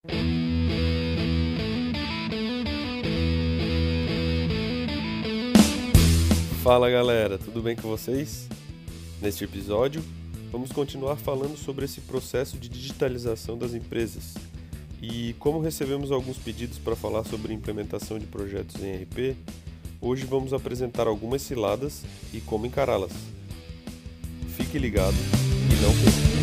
Fala galera, tudo bem com vocês? Neste episódio, vamos continuar falando sobre esse processo de digitalização das empresas. E como recebemos alguns pedidos para falar sobre implementação de projetos em ERP, hoje vamos apresentar algumas ciladas e como encará-las. Fique ligado e não perca.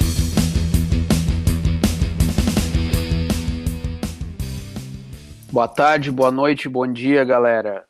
Boa tarde, boa noite, bom dia, galera.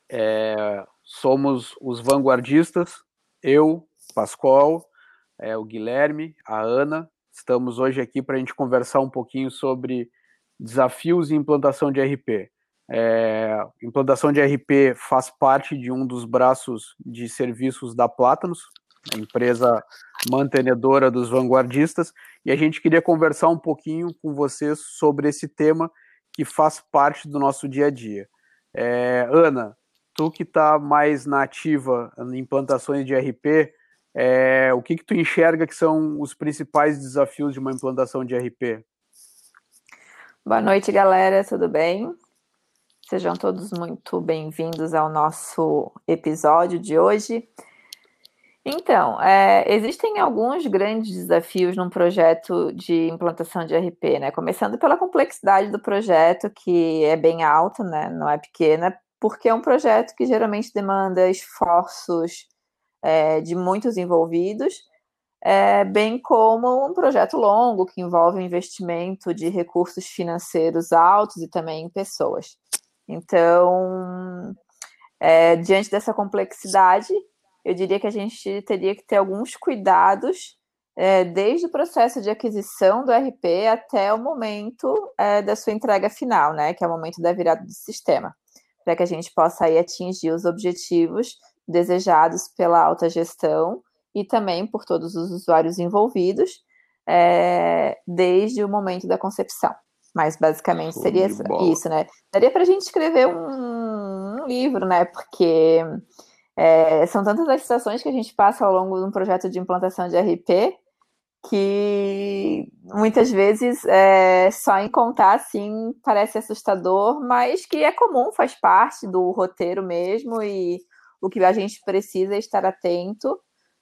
Somos os vanguardistas, eu, Pascoal, o Guilherme, a Ana. Estamos hoje aqui para a gente conversar um pouquinho sobre desafios e implantação de ERP. Implantação de ERP faz parte de um dos braços de serviços da Plátanos, a empresa mantenedora dos vanguardistas, e a gente queria conversar um pouquinho com vocês sobre esse tema que faz parte do nosso dia a dia. Ana, tu que está mais na ativa em implantações de ERP, o que tu enxerga que são os principais desafios de uma implantação de ERP? Boa noite, galera, tudo bem? Sejam todos muito bem-vindos ao nosso episódio de hoje. Então, existem alguns grandes desafios num projeto de implantação de ERP, né? Começando pela complexidade do projeto, que é bem alta, né? Não é pequena, porque é um projeto que geralmente demanda esforços de muitos envolvidos, bem como um projeto longo, que envolve investimento de recursos financeiros altos e também em pessoas. Então, diante dessa complexidade, eu diria que a gente teria que ter alguns cuidados desde o processo de aquisição do ERP até o momento da sua entrega final, né, que é o momento da virada do sistema, para que a gente possa aí atingir os objetivos desejados pela alta gestão e também por todos os usuários envolvidos desde o momento da concepção. Mas basicamente seria isso, né? Daria para a gente escrever um livro, né? Porque são tantas as situações que a gente passa ao longo de um projeto de implantação de ERP que muitas vezes só em contar assim parece assustador, mas que é comum, faz parte do roteiro mesmo, e o que a gente precisa é estar atento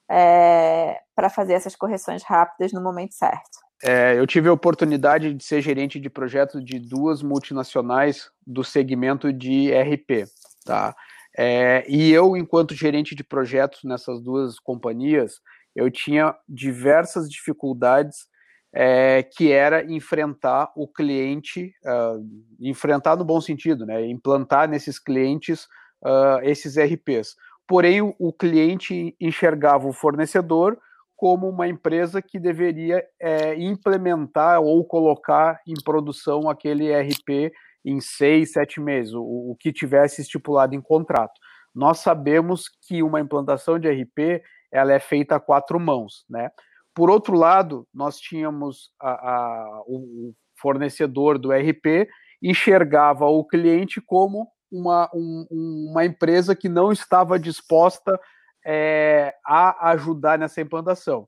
para fazer essas correções rápidas no momento certo. Eu tive a oportunidade de ser gerente de projeto de duas multinacionais do segmento de ERP, tá? E eu, enquanto gerente de projetos nessas duas companhias, eu tinha diversas dificuldades que era enfrentar o cliente, enfrentar no bom sentido, né? Implantar nesses clientes esses ERPs. Porém, o cliente enxergava o fornecedor como uma empresa que deveria implementar ou colocar em produção aquele ERP em 6, 7 meses, o que tivesse estipulado em contrato. Nós sabemos que uma implantação de ERP ela é feita a 4 mãos, né? Por outro lado, nós tínhamos o fornecedor do ERP enxergava o cliente como uma empresa que não estava disposta a ajudar nessa implantação.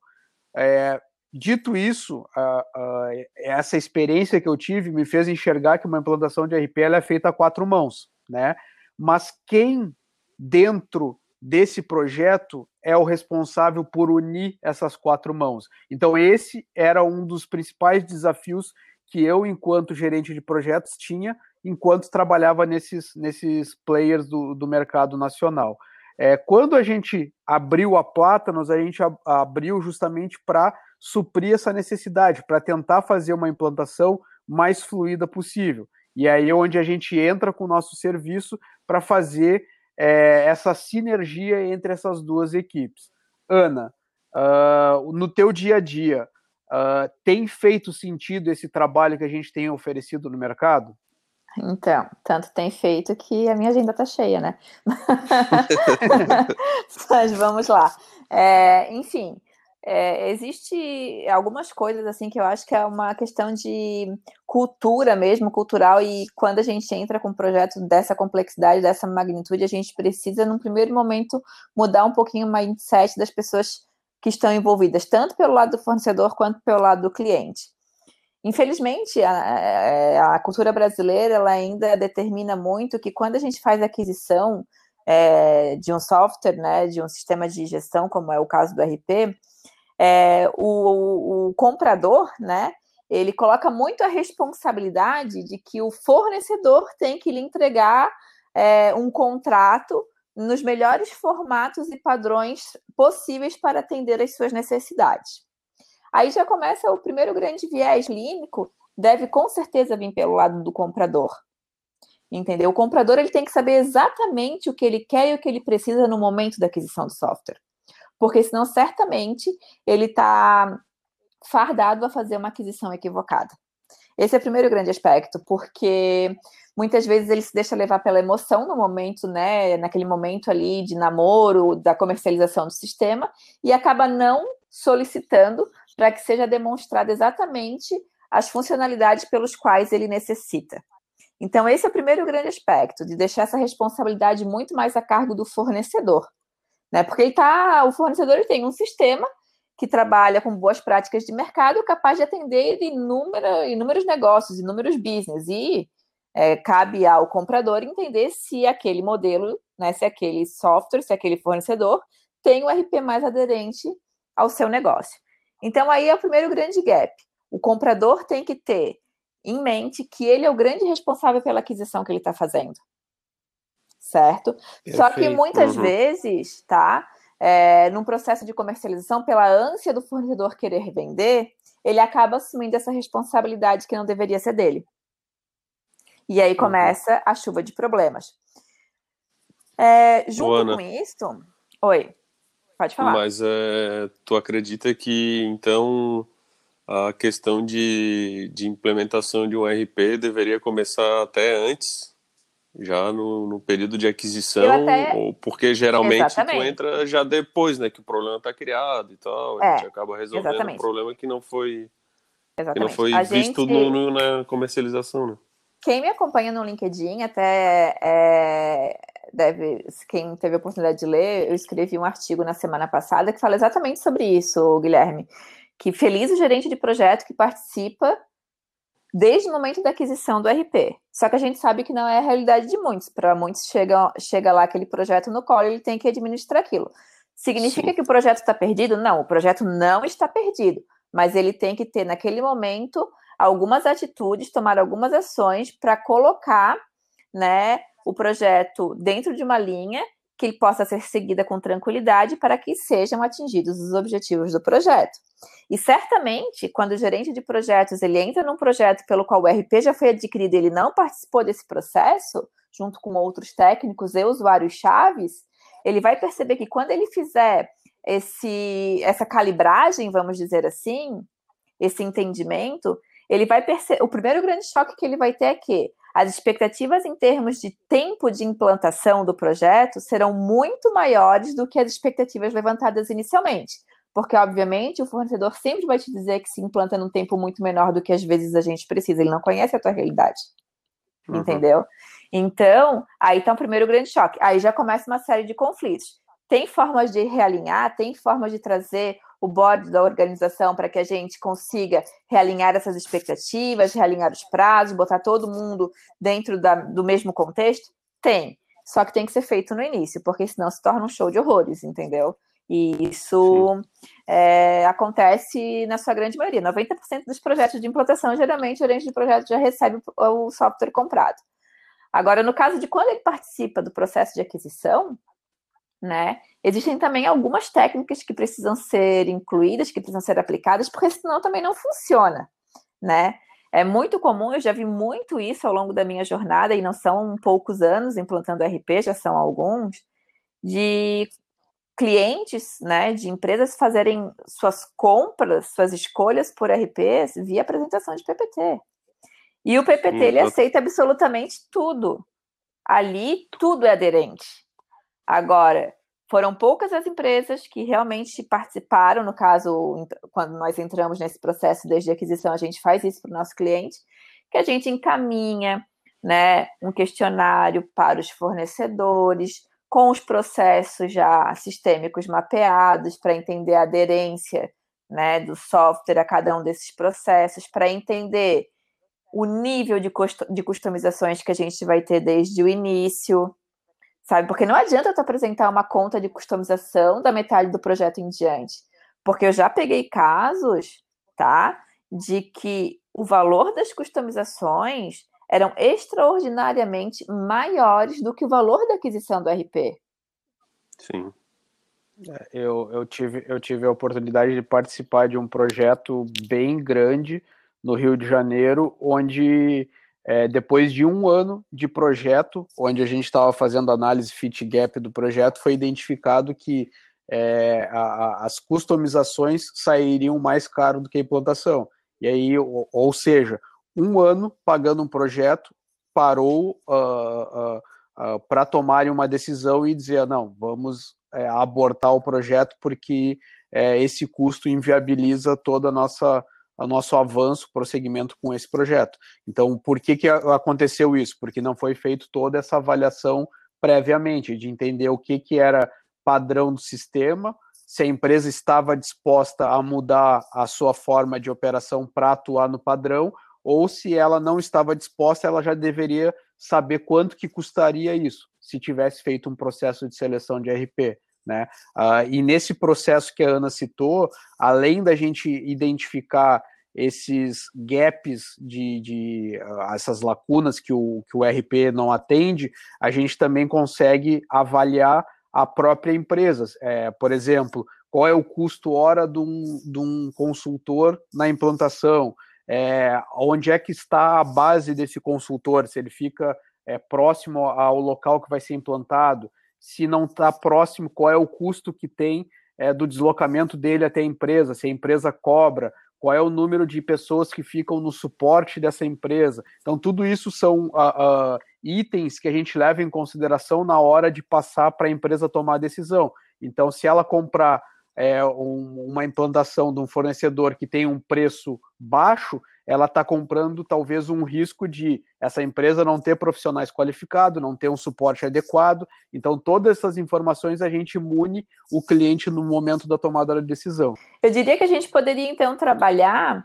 Dito isso, essa experiência que eu tive me fez enxergar que uma implantação de ERP ela é feita a 4 mãos, né? Mas quem dentro desse projeto é o responsável por unir essas 4 mãos? Então esse era um dos principais desafios que eu, enquanto gerente de projetos, tinha enquanto trabalhava nesses players do mercado nacional. Quando a gente abriu a Plátanos, a gente abriu justamente para suprir essa necessidade, para tentar fazer uma implantação mais fluida possível. E aí é onde a gente entra com o nosso serviço para fazer essa sinergia entre essas duas equipes. Ana, no teu dia a dia, tem feito sentido esse trabalho que a gente tem oferecido no mercado? Então, tanto tem feito que a minha agenda está cheia, né? Mas vamos lá. Enfim, existe algumas coisas assim que eu acho que é uma questão de cultura mesmo, cultural, e quando a gente entra com um projeto dessa complexidade, dessa magnitude, a gente precisa, num primeiro momento, mudar um pouquinho o mindset das pessoas que estão envolvidas, tanto pelo lado do fornecedor quanto pelo lado do cliente. Infelizmente, a cultura brasileira ela ainda determina muito que quando a gente faz aquisição de um software, né, de um sistema de gestão, como é o caso do RP, o comprador, né, ele coloca muito a responsabilidade de que o fornecedor tem que lhe entregar um contrato nos melhores formatos e padrões possíveis para atender às suas necessidades. Aí já começa o primeiro grande viés línico, deve com certeza vir pelo lado do comprador. Entendeu? O comprador ele tem que saber exatamente o que ele quer e o que ele precisa no momento da aquisição do software. Porque senão, certamente, ele está fardado a fazer uma aquisição equivocada. Esse é o primeiro grande aspecto, porque muitas vezes ele se deixa levar pela emoção no momento, né, naquele momento ali de namoro, da comercialização do sistema, e acaba não solicitando para que seja demonstrado exatamente as funcionalidades pelos quais ele necessita. Então, esse é o primeiro grande aspecto, de deixar essa responsabilidade muito mais a cargo do fornecedor, né? Porque o fornecedor ele tem um sistema que trabalha com boas práticas de mercado, capaz de atender inúmeros negócios, inúmeros business, e cabe ao comprador entender se aquele modelo, né, se aquele software, se aquele fornecedor tem o RP mais aderente ao seu negócio. Então, aí é o primeiro grande gap. O comprador tem que ter em mente que ele é o grande responsável pela aquisição que ele está fazendo. Certo? Perfeito. Só que muitas vezes, tá? Num processo de comercialização, pela ânsia do fornecedor querer vender, ele acaba assumindo essa responsabilidade que não deveria ser dele. E aí começa a chuva de problemas. Junto com isso... Oi, pode falar. Mas tu acredita que, então, a questão de implementação de um RP deveria começar até antes, já no período de aquisição, ou porque geralmente tu entra já depois, né, que o problema está criado e tal, a gente acaba resolvendo um problema que não foi visto na comercialização, né? Quem me acompanha no LinkedIn até quem teve a oportunidade de ler, eu escrevi um artigo na semana passada que fala exatamente sobre isso, Guilherme, que feliz o gerente de projeto que participa desde o momento da aquisição do RP. Só que a gente sabe que não é a realidade de muitos. Para muitos, chega lá aquele projeto no colo e ele tem que administrar aquilo. Significa Sim. que o projeto está perdido? Não, o projeto não está perdido. Mas ele tem que ter, naquele momento, algumas atitudes, tomar algumas ações para colocar, né, o projeto dentro de uma linha que ele possa ser seguida com tranquilidade para que sejam atingidos os objetivos do projeto. E certamente, quando o gerente de projetos ele entra num projeto pelo qual o RP já foi adquirido e ele não participou desse processo, junto com outros técnicos e usuários chaves, ele vai perceber que quando ele fizer essa calibragem, vamos dizer assim, esse entendimento, ele vai perceber. O primeiro grande choque que ele vai ter é que as expectativas em termos de tempo de implantação do projeto serão muito maiores do que as expectativas levantadas inicialmente. Porque, obviamente, o fornecedor sempre vai te dizer que se implanta num tempo muito menor do que às vezes a gente precisa. Ele não conhece a tua realidade. Entendeu? Então, aí está o primeiro grande choque. Aí já começa uma série de conflitos. Tem formas de realinhar, tem formas de trazer o board da organização para que a gente consiga realinhar essas expectativas, realinhar os prazos, botar todo mundo dentro do mesmo contexto? Tem. Só que tem que ser feito no início, porque senão se torna um show de horrores, entendeu? E isso acontece na sua grande maioria. 90% dos projetos de implantação, geralmente, o gerente de projeto já recebe o software comprado. Agora, no caso de quando ele participa do processo de aquisição, né, existem também algumas técnicas que precisam ser incluídas, que precisam ser aplicadas, porque senão também não funciona, né? É muito comum, eu já vi muito isso ao longo da minha jornada, e não são poucos anos implantando RP, já são alguns, de clientes, né, de empresas fazerem suas compras, suas escolhas por RPs via apresentação de PPT. E o PPT, ele aceita absolutamente tudo. Ali, tudo é aderente. Agora, foram poucas as empresas que realmente participaram, no caso, quando nós entramos nesse processo desde a aquisição, a gente faz isso para o nosso cliente, que a gente encaminha, né, um questionário para os fornecedores, com os processos já sistêmicos mapeados para entender a aderência, né, do software a cada um desses processos, para entender o nível de customizações que a gente vai ter desde o início, sabe? Porque não adianta tu apresentar uma conta de customização da metade do projeto em diante, porque eu já peguei casos, tá, de que o valor das customizações eram extraordinariamente maiores do que o valor da aquisição do RP. Sim. Eu tive a oportunidade de participar de um projeto bem grande no Rio de Janeiro, onde depois de 1 ano de projeto, onde a gente estava fazendo análise fit gap do projeto, foi identificado que as customizações sairiam mais caro do que a implantação. E aí, ou seja, 1 ano pagando um projeto, parou para tomarem uma decisão e dizer, não, vamos abortar o projeto porque esse custo inviabiliza todo o nosso avanço, prosseguimento com esse projeto. Então, por que aconteceu isso? Porque não foi feito toda essa avaliação previamente, de entender o que era padrão do sistema, se a empresa estava disposta a mudar a sua forma de operação para atuar no padrão, ou se ela não estava disposta, ela já deveria saber quanto que custaria isso, se tivesse feito um processo de seleção de RP, né? E nesse processo que a Ana citou, além da gente identificar esses gaps essas lacunas que o RP não atende, a gente também consegue avaliar a própria empresa. Por exemplo, qual é o custo hora de um consultor na implantação? Onde é que está a base desse consultor? Se ele fica próximo ao local que vai ser implantado? Se não está próximo, qual é o custo que tem do deslocamento dele até a empresa? Se a empresa cobra, qual é o número de pessoas que ficam no suporte dessa empresa? Então, tudo isso são itens que a gente leva em consideração na hora de passar para a empresa tomar a decisão. Então, se ela comprar uma implantação de um fornecedor que tem um preço baixo, ela está comprando talvez um risco de essa empresa não ter profissionais qualificados, não ter um suporte adequado. Então, todas essas informações a gente imune o cliente no momento da tomada da decisão. Eu diria que a gente poderia, então, trabalhar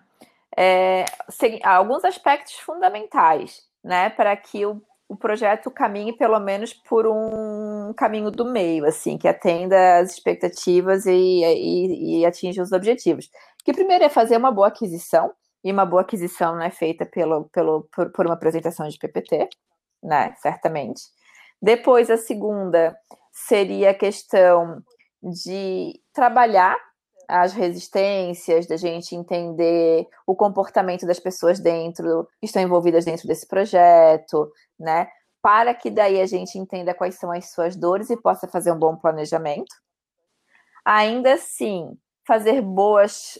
alguns aspectos fundamentais, né, para que o projeto caminhe pelo menos por um caminho do meio, assim, que atenda às expectativas e atinja os objetivos. Que primeiro é fazer uma boa aquisição, e uma boa aquisição não é feita por uma apresentação de PPT, né, certamente. Depois, a segunda seria a questão de trabalhar as resistências, da gente entender o comportamento das pessoas que estão envolvidas dentro desse projeto, né? Para que daí a gente entenda quais são as suas dores e possa fazer um bom planejamento. Ainda assim, fazer bons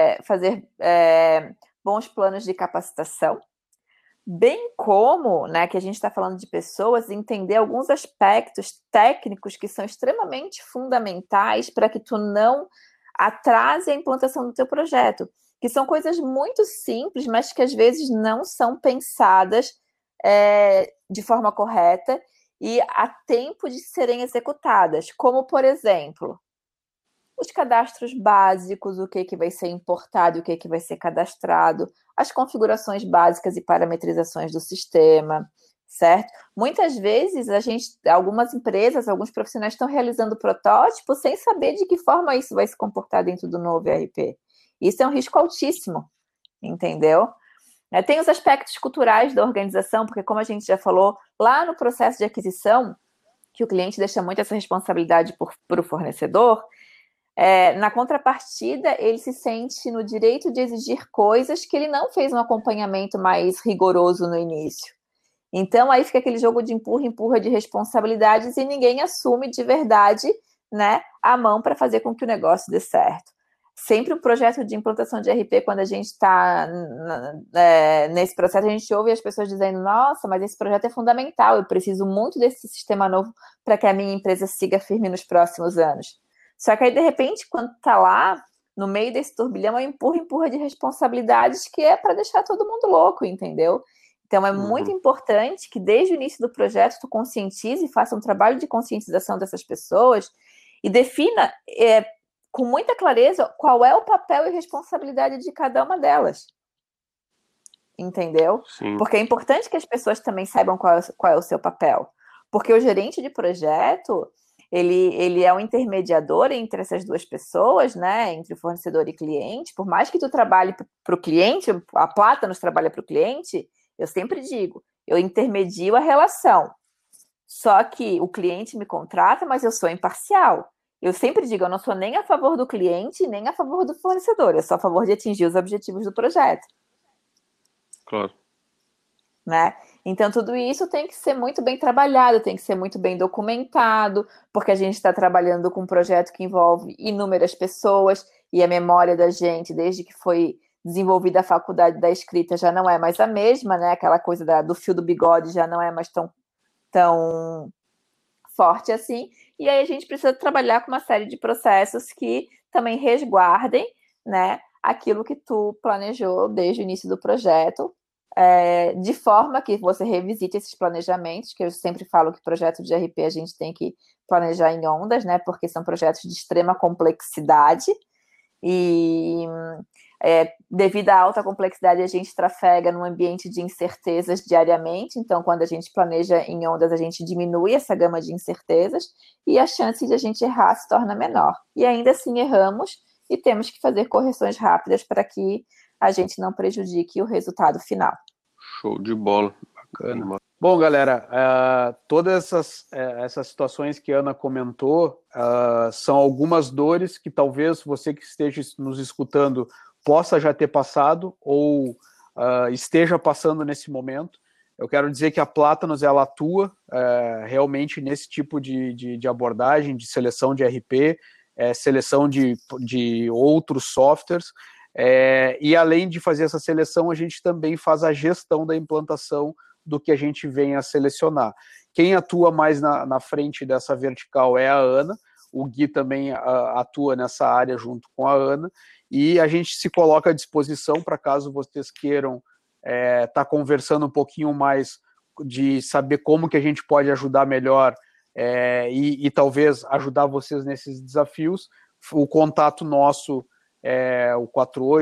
planos de capacitação, bem como, né, que a gente está falando de pessoas, entender alguns aspectos técnicos que são extremamente fundamentais para que tu não atrase a implantação do teu projeto, que são coisas muito simples, mas que às vezes não são pensadas de forma correta e a tempo de serem executadas, como, por exemplo, os cadastros básicos, o que vai ser importado e o que vai ser cadastrado, as configurações básicas e parametrizações do sistema, certo? Muitas vezes algumas empresas, alguns profissionais estão realizando protótipos sem saber de que forma isso vai se comportar dentro do novo ERP. Isso é um risco altíssimo, entendeu? Tem os aspectos culturais da organização, porque como a gente já falou, lá no processo de aquisição, que o cliente deixa muito essa responsabilidade para o fornecedor, na contrapartida, ele se sente no direito de exigir coisas que ele não fez um acompanhamento mais rigoroso no início. Então, aí fica aquele jogo de empurra de responsabilidades e ninguém assume de verdade, né, a mão para fazer com que o negócio dê certo. Sempre um projeto de implantação de RP, quando a gente está nesse processo, a gente ouve as pessoas dizendo, nossa, mas esse projeto é fundamental, eu preciso muito desse sistema novo para que a minha empresa siga firme nos próximos anos. Só que aí, de repente, quando está lá, no meio desse turbilhão, é empurra de responsabilidades que é para deixar todo mundo louco, entendeu? Então, é muito importante que, desde o início do projeto, tu conscientize e faça um trabalho de conscientização dessas pessoas e defina com muita clareza qual é o papel e responsabilidade de cada uma delas. Entendeu? Sim. Porque é importante que as pessoas também saibam qual é o seu papel. Porque o gerente de projeto, ele é um intermediador entre essas duas pessoas, né? Entre o fornecedor e cliente. Por mais que tu trabalhe para o cliente, a Plátanos trabalha para o cliente, eu sempre digo, eu intermedio a relação. Só que o cliente me contrata, mas eu sou imparcial. Eu sempre digo, eu não sou nem a favor do cliente, nem a favor do fornecedor. Eu sou a favor de atingir os objetivos do projeto. Claro. Né? Então, tudo isso tem que ser muito bem trabalhado, tem que ser muito bem documentado, porque a gente está trabalhando com um projeto que envolve inúmeras pessoas, e a memória da gente, desde que foi desenvolvida a faculdade da escrita, já não é mais a mesma, né? Aquela coisa do fio do bigode já não é mais tão forte assim, e aí a gente precisa trabalhar com uma série de processos que também resguardem, né, aquilo que tu planejou desde o início do projeto, de forma que você revisite esses planejamentos, que eu sempre falo que projeto de RP a gente tem que planejar em ondas, né, porque são projetos de extrema complexidade, e devido à alta complexidade a gente trafega num ambiente de incertezas diariamente, então quando a gente planeja em ondas a gente diminui essa gama de incertezas e a chance de a gente errar se torna menor, e ainda assim erramos e temos que fazer correções rápidas para que a gente não prejudique o resultado final. Show de bola, bacana. Bom, galera, todas essas situações que a Ana comentou são algumas dores que talvez você que esteja nos escutando possa já ter passado ou esteja passando nesse momento. Eu quero dizer que a Plátanos ela atua realmente nesse tipo de abordagem, de seleção de RP, seleção de outros softwares, e além de fazer essa seleção, a gente também faz a gestão da implantação do que a gente vem a selecionar. Quem atua mais na frente dessa vertical é a Ana, o Gui também atua nessa área junto com a Ana, e a gente se coloca à disposição para caso vocês queiram estar conversando um pouquinho mais de saber como que a gente pode ajudar melhor e talvez ajudar vocês nesses desafios. O contato nosso é o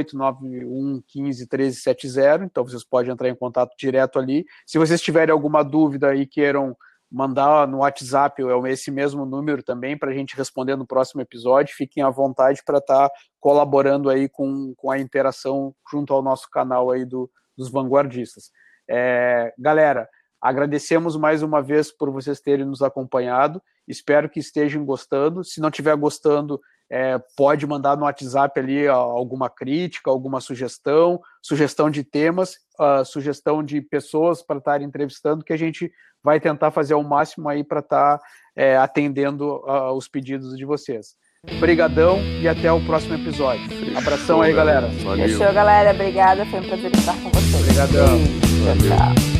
4891151370, então vocês podem entrar em contato direto ali. Se vocês tiverem alguma dúvida e queiram mandar no WhatsApp, é esse mesmo número também, para a gente responder no próximo episódio, fiquem à vontade para estar colaborando aí com a interação junto ao nosso canal aí dos vanguardistas. Galera, agradecemos mais uma vez por vocês terem nos acompanhado, espero que estejam gostando. Se não estiver gostando, pode mandar no WhatsApp ali alguma crítica, alguma sugestão de temas, sugestão de pessoas para estarem entrevistando, que a gente vai tentar fazer ao máximo aí para estar atendendo os pedidos de vocês. Obrigadão e até o próximo episódio. Fechou, abração aí, galera. Valeu. Fechou, galera. Obrigada. Foi um prazer estar com vocês. Obrigadão. Tchau, tchau.